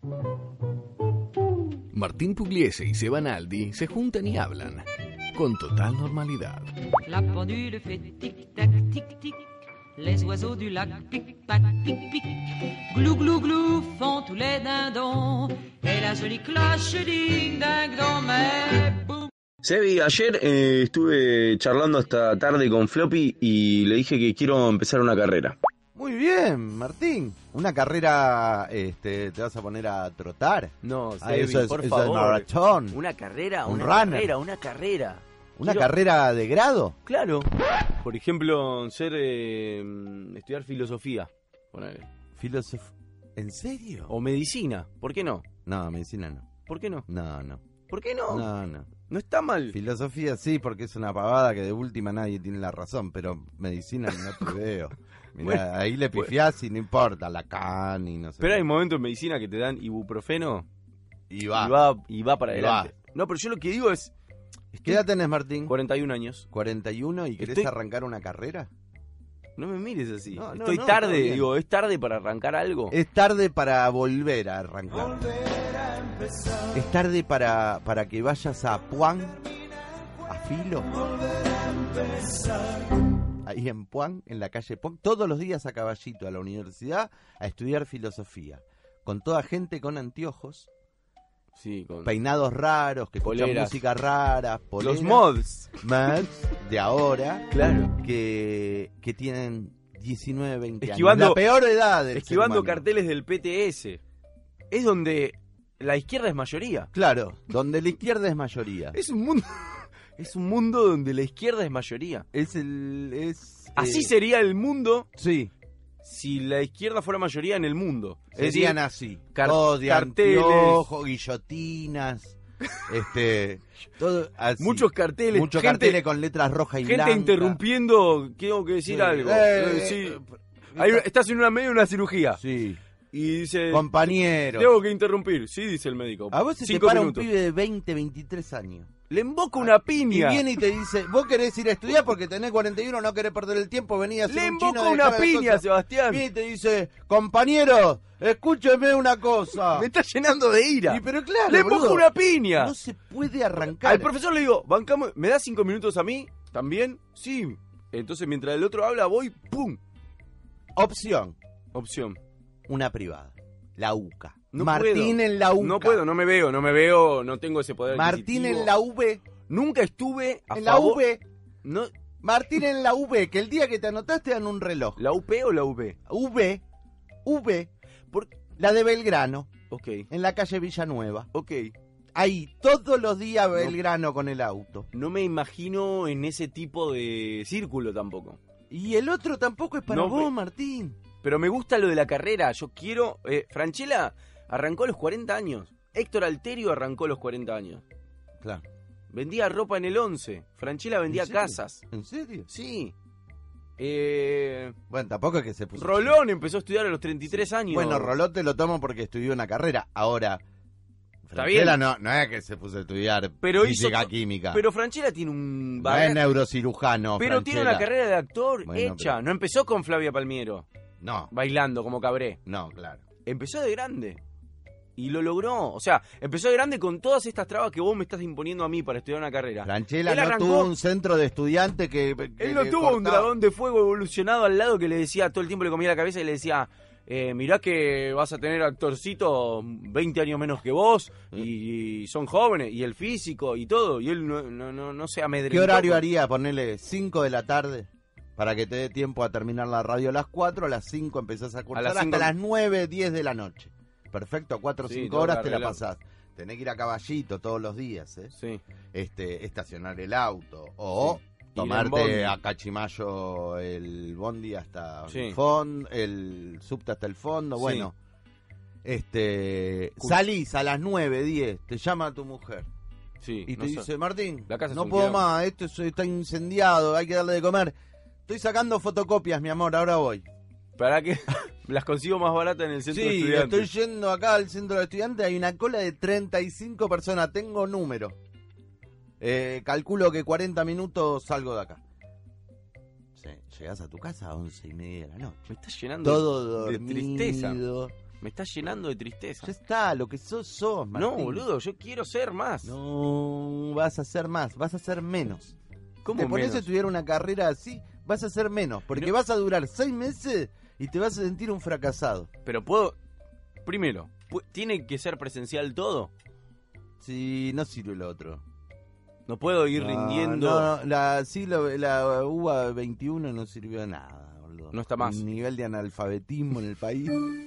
Martín Pugliese y Sebanaldi se juntan y hablan con total normalidad. La pendule fait tic-tac, tic-tic. Les oiseaux du lac pic-pac, pic-pic. Glou, glou, glou font tous les dindons. Et la jolie cloche ding-ding-dong, mais boum. Sebi, ayer estuve charlando hasta tarde con Floppy y le dije que quiero empezar una carrera. Muy bien, Martín. Una carrera, ¿te vas a poner a trotar? No, Sebi, eso es, por eso favor. es maratón. Una carrera, Un una runner. carrera, una carrera. ¿Una carrera de grado? Claro. Por ejemplo, estudiar filosofía. Ponele. ¿En serio? O medicina, ¿por qué no? No, medicina no. ¿Por qué no? No. ¿Por qué no? No. No está mal. Filosofía sí, porque es una pavada que de última nadie tiene la razón, pero medicina no te veo. Mirá, Bueno, ahí le pifiás y no importa, Lacan y no sé. Pero qué. hay momentos en medicina que te dan ibuprofeno Y va. y va para Y adelante. No, pero yo lo que digo es... ¿Qué edad tenés, Martín? 41 años. 41 y querés Estoy- arrancar una carrera. No me mires así. No, Estoy no, tarde, está bien. digo, ¿es tarde para arrancar algo? Es tarde para volver a arrancar. Es tarde para que vayas a Puan, a Filo. Ahí en Puan, en la calle Puan, todos los días a caballito a la universidad a estudiar filosofía. Con toda gente con anteojos, Sí, con peinados raros, que escuchan Poleras. música rara, poleras, los mods. de ahora, Claro. que tienen 19, 20 Esquivando- años. La peor edad del ser Esquivando humano. carteles del PTS. Es donde la izquierda es mayoría. Claro, donde la izquierda es mayoría. Es un mundo... Es un mundo donde la izquierda es mayoría. Así sería el mundo Sí, si la izquierda fuera mayoría en el mundo. Es serían decir, así. car- Todos de carteles. anteojos, guillotinas, todo así. muchos carteles. Muchos gente, carteles con letras rojas y gente blancas. interrumpiendo. Tengo que decir Sí. algo. Sí. Estás en medio de una cirugía. Sí, Y dice... compañero. Tengo que interrumpir. Sí, dice el médico. A vos se te 5 para minutos. un pibe de 20, 23 años. Le emboca una Y piña. viene y te dice, vos querés ir a estudiar porque tenés 41, no querés perder el tiempo, venís a hacer Le un chino, emboca una dejame las piña, cosas. Sebastián. Viene y te dice, compañero, escúcheme una cosa. Me está llenando de ira. Y pero claro, Le emboca boludo, una piña. no se puede arrancar. Al profesor le digo, bancamos, ¿me das 5 minutos a mí? ¿También? Sí. Entonces mientras el otro habla voy, ¡pum! Opción, Opción. una privada, la UCA. No Martín puedo. en la UCA. No puedo, no me veo, no tengo ese poder Martín adquisitivo. en la V, Nunca estuve a en la favor... V. No, Martín en la V, que el día que te anotaste dan un reloj. ¿la UP o la UB? V, la de Belgrano, Ok, en la calle Villanueva. ok. Ahí, todos los días Belgrano con el auto. No me imagino en ese tipo de círculo tampoco. Y el otro tampoco es para No, vos, pe- Martín. Pero me gusta lo de la carrera. Yo quiero... Franchella arrancó a los 40 años. Héctor Alterio arrancó a los 40 años. Claro. Vendía ropa en el 11. Franchella vendía ¿En serio? casas. ¿En serio? Sí. Bueno, tampoco es que se puso... Rolón empezó a estudiar a los 33 años. Bueno, Rolón te lo tomo porque estudió una carrera. Ahora, Está Franchella bien. no es que se puso a estudiar Pero física, hizo... química. Pero Franchella tiene un... no es neurocirujano, Pero tiene Franchella. una carrera de actor Bueno, hecha. pero- No empezó con Flavia Palmiero, No, bailando como Cabré. no, claro. Empezó de grande. Y lo logró. O sea, empezó de grande con todas estas trabas que vos me estás imponiendo a mí para estudiar una carrera. Franchella Él no arrancó- tuvo un centro de estudiantes que Él no le tuvo un cortaba. dragón de fuego evolucionado al lado que le decía, todo el tiempo le comía la cabeza y le decía, mirá que vas a tener actorcitos 20 años menos que vos y son jóvenes y el físico y todo. Y él no se amedrentó. ¿Qué horario haría? Ponerle 5 de la tarde para que te dé tiempo a terminar la radio a las 4, a las 5 empezás a cursar las hasta 5. las 9, 10 de la noche. Perfecto, 4 o Sí, 5 todo horas te la arreglado. pasás. Tenés que ir a caballito todos los días, ¿eh? Sí. Estacionar el auto o Sí. Ir en tomarte bondi. a Cachimayo el bondi hasta Sí. el fondo, el subte hasta el fondo, Sí. bueno. Salís a las 9, 10, te llama tu mujer Sí. y no te sé. dice, Martín, La casa es no un puedo quilombo. más, está incendiado, hay que darle de comer. Estoy sacando fotocopias, mi amor, ahora voy. ¿Para qué? Las consigo más baratas en el centro de Sí, estudiantes. estoy yendo acá al centro de estudiantes, hay una cola de 35 personas, tengo número. Calculo que 40 minutos salgo de acá. Sí, llegás a tu casa a 11:30 de la noche. Me estás llenando Todo de dormido. tristeza. Me estás llenando de tristeza. Ya está, lo que sos, Martín. No, boludo, yo quiero ser más. No vas a ser más, vas a ser menos. ¿Cómo Te pones menos? a estudiar una carrera así, vas a ser menos, porque Pero- vas a durar 6 meses y te vas a sentir un fracasado. Pero puedo... Primero, ¿tiene que ser presencial todo? Si no sirve lo otro. No puedo ir rindiendo... No, la UBA 21 no sirvió de nada, boludo. No está más. El nivel de analfabetismo en el país.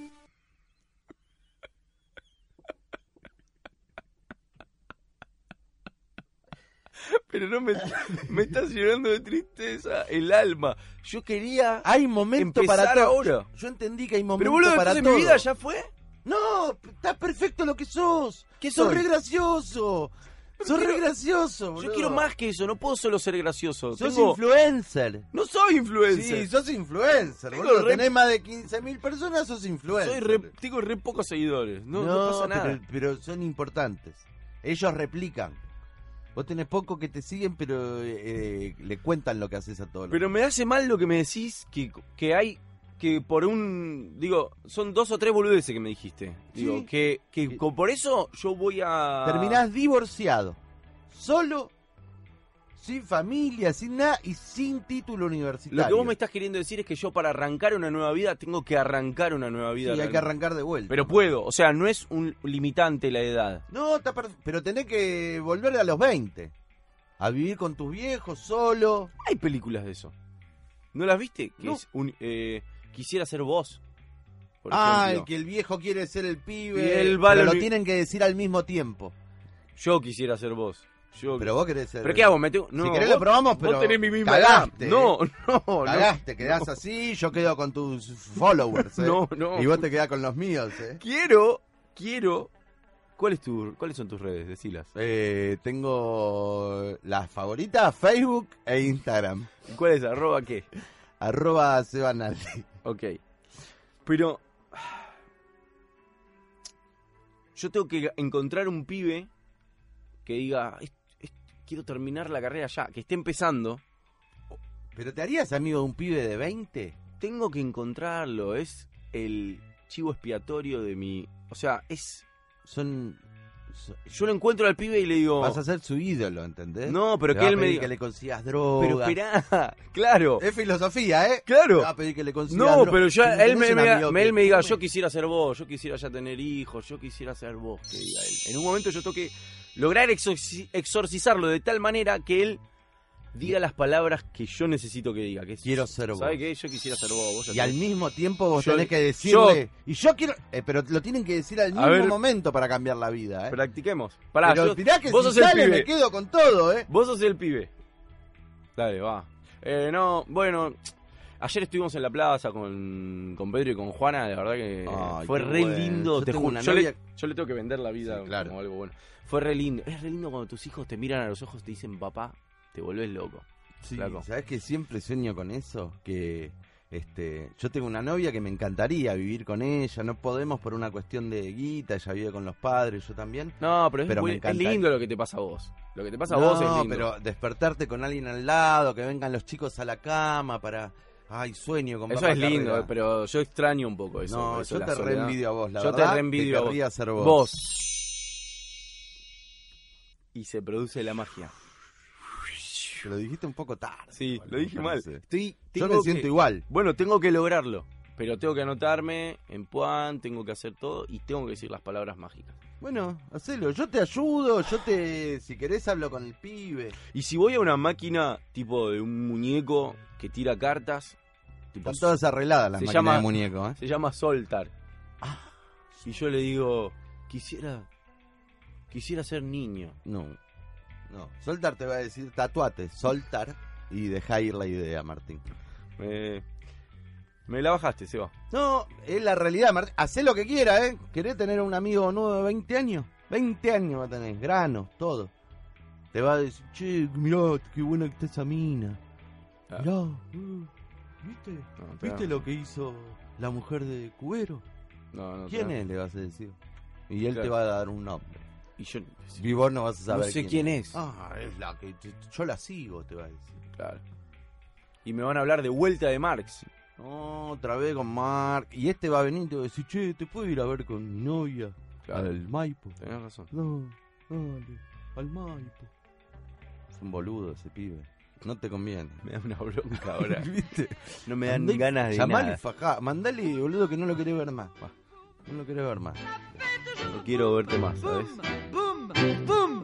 Pero no me estás llenando de tristeza el alma. Yo quería Hay momento empezar para todo. ahora. Yo entendí que hay momento Pero boludo, para entonces todo. mi vida ya fue. No, está perfecto lo que sos. ¿Qué sos soy? re gracioso. Sos re gracioso, boludo. Yo quiero más que eso, no puedo solo ser gracioso. Sos Tengo- influencer. No soy influencer. Sí, sos influencer, Tengo boludo. re- Tenés más de 15.000 personas, sos influencer. Tengo re pocos seguidores. No pasa nada. pero son importantes. Ellos replican. Vos tenés poco que te siguen, pero le cuentan lo que haces a todos. Pero me hace mal lo que me decís que hay que por un... Digo, son 2 o 3 boludeces que me dijiste. Digo, Sí. que por eso yo voy a... Terminás divorciado, solo, sin familia, sin nada y sin título universitario. Lo que vos me estás queriendo decir es que yo para arrancar una nueva vida tengo que arrancar una nueva vida. Sí, hay que realmente. arrancar de vuelta. Pero puedo, o sea, no es un limitante la edad. No, pero tenés que volver a los 20. A vivir con tus viejos, solo. Hay películas de eso. ¿No las viste? Que No. es un... quisiera ser vos. Por Ah, ejemplo. el que el viejo quiere ser el pibe. Y él va a pero la lo uni- tienen que decir al mismo tiempo. Yo quisiera ser vos. Pero vos querés ser... ¿Pero qué hago? No, si querés vos- lo probamos, pero Vos tenés mi misma cagaste, edad. No. Cagaste, quedás así, yo quedo con tus followers, ¿eh? No. Y vos te quedás con los míos, ¿eh? Quiero... ¿Cuáles son tus redes? Decilas. Tengo las favoritas, Facebook e Instagram. ¿Cuál es? ¿Arroba qué? @sebanaldi. Ok. Pero... Yo tengo que encontrar un pibe que diga... quiero terminar la carrera ya, que esté empezando. ¿Pero te harías amigo de un pibe de 20? Tengo que encontrarlo, es el chivo expiatorio de mi... O sea, yo lo encuentro al pibe y le digo... Vas a ser su ídolo, ¿entendés? No, pero Te que va a él me pedir diga... que le consigas droga. Pero esperá, claro. Es filosofía, ¿eh? Claro. Te va a pedir que le consigas No, droga. pero ya Si él tenés un amigo que él me diga, fume, yo quisiera ser vos, yo quisiera ya tener hijos, yo quisiera ser vos, que diga él. En un momento yo tengo que lograr exorcizarlo de tal manera que él diga las palabras que yo necesito que diga. Que es, Quiero ser vos. ¿Sabe qué? Yo quisiera ser vos. Y al mismo tiempo vos Yo- tenés que decirle... Y yo quiero... pero lo tienen que decir al mismo ver. momento para cambiar la vida, ¿eh? Practiquemos. Pará, Pero mirá que vos si sos el sale pibe. me quedo con todo, ¿eh? Vos sos el pibe. Dale, va. No, bueno, ayer estuvimos en la plaza con Pedro y con Juana, la verdad que Ay, fue qué re bueno. lindo. Yo Te tengo juro, una yo novia- le tengo que vender la vida Sí, claro. como algo bueno. Fue re lindo. Es re lindo cuando tus hijos te miran a los ojos y te dicen, papá, te volvés loco. Sí, Flaco. ¿sabes que siempre sueño con eso? Que yo tengo una novia que me encantaría vivir con ella, no podemos por una cuestión de guita, ella vive con los padres, yo también. No, pero, Pero me es encanta. lindo lo que te pasa a vos. Lo que te pasa a vos es lindo. pero despertarte con alguien al lado, que vengan los chicos a la cama para... Ay, sueño con Eso papá es lindo, Carrera. pero yo extraño un poco eso. No, eso, yo la te soledad. reenvidio a vos, la Yo verdad. te reenvidio a vos. querría ser vos. Vos. Y se produce la magia. Te lo dijiste un poco tarde. Sí, igual, lo dije me mal. parece. Yo Tengo me siento igual. Bueno, tengo que lograrlo. Pero tengo que anotarme en Puan, tengo que hacer todo y tengo que decir las palabras mágicas. Bueno, hacelo. Yo te ayudo, si querés hablo con el pibe. Y si voy a una máquina tipo de un muñeco que tira cartas, tipo, Están todas arregladas las Se máquinas llama- de muñeco, ¿eh? se llama Soltar. Y yo le digo, quisiera ser niño. No. Soltar te va a decir, tatuate, soltar y deja ir la idea, Martín. Me la bajaste, Seba. No, es la realidad, Martín. Hacé lo que quiera, ¿eh? ¿Querés tener un amigo nuevo de 20 años? 20 años va a tener, grano, todo. Te va a decir, che, mirá, qué buena que está esa mina. Ah. Mirá, ¿viste? No, te ¿Viste da- lo que hizo la mujer de Cubero? No, ¿Quién te da- es? Le vas a decir. Y él Claro. te va a dar un nombre. Y yo, Y vos no vas a saber no sé quién es. Ah, es la que yo la sigo, te va a decir. Claro. Y me van a hablar de vuelta de Marx. No, otra vez con Mark. Y este va a venir y te va a decir, che, ¿te puedo ir a ver con mi novia? Claro. Al Maipo. Tenés razón. No, dale, al Maipo. Es un boludo ese pibe. No te conviene. Me da una bronca ahora. ¿Viste? No me dan Andá y ganas de llamale nada. y fajá. Mandale, boludo, que no lo querés ver más. Va. No lo querés ver más. No quiero verte más, ¿sabes? Boum, boum,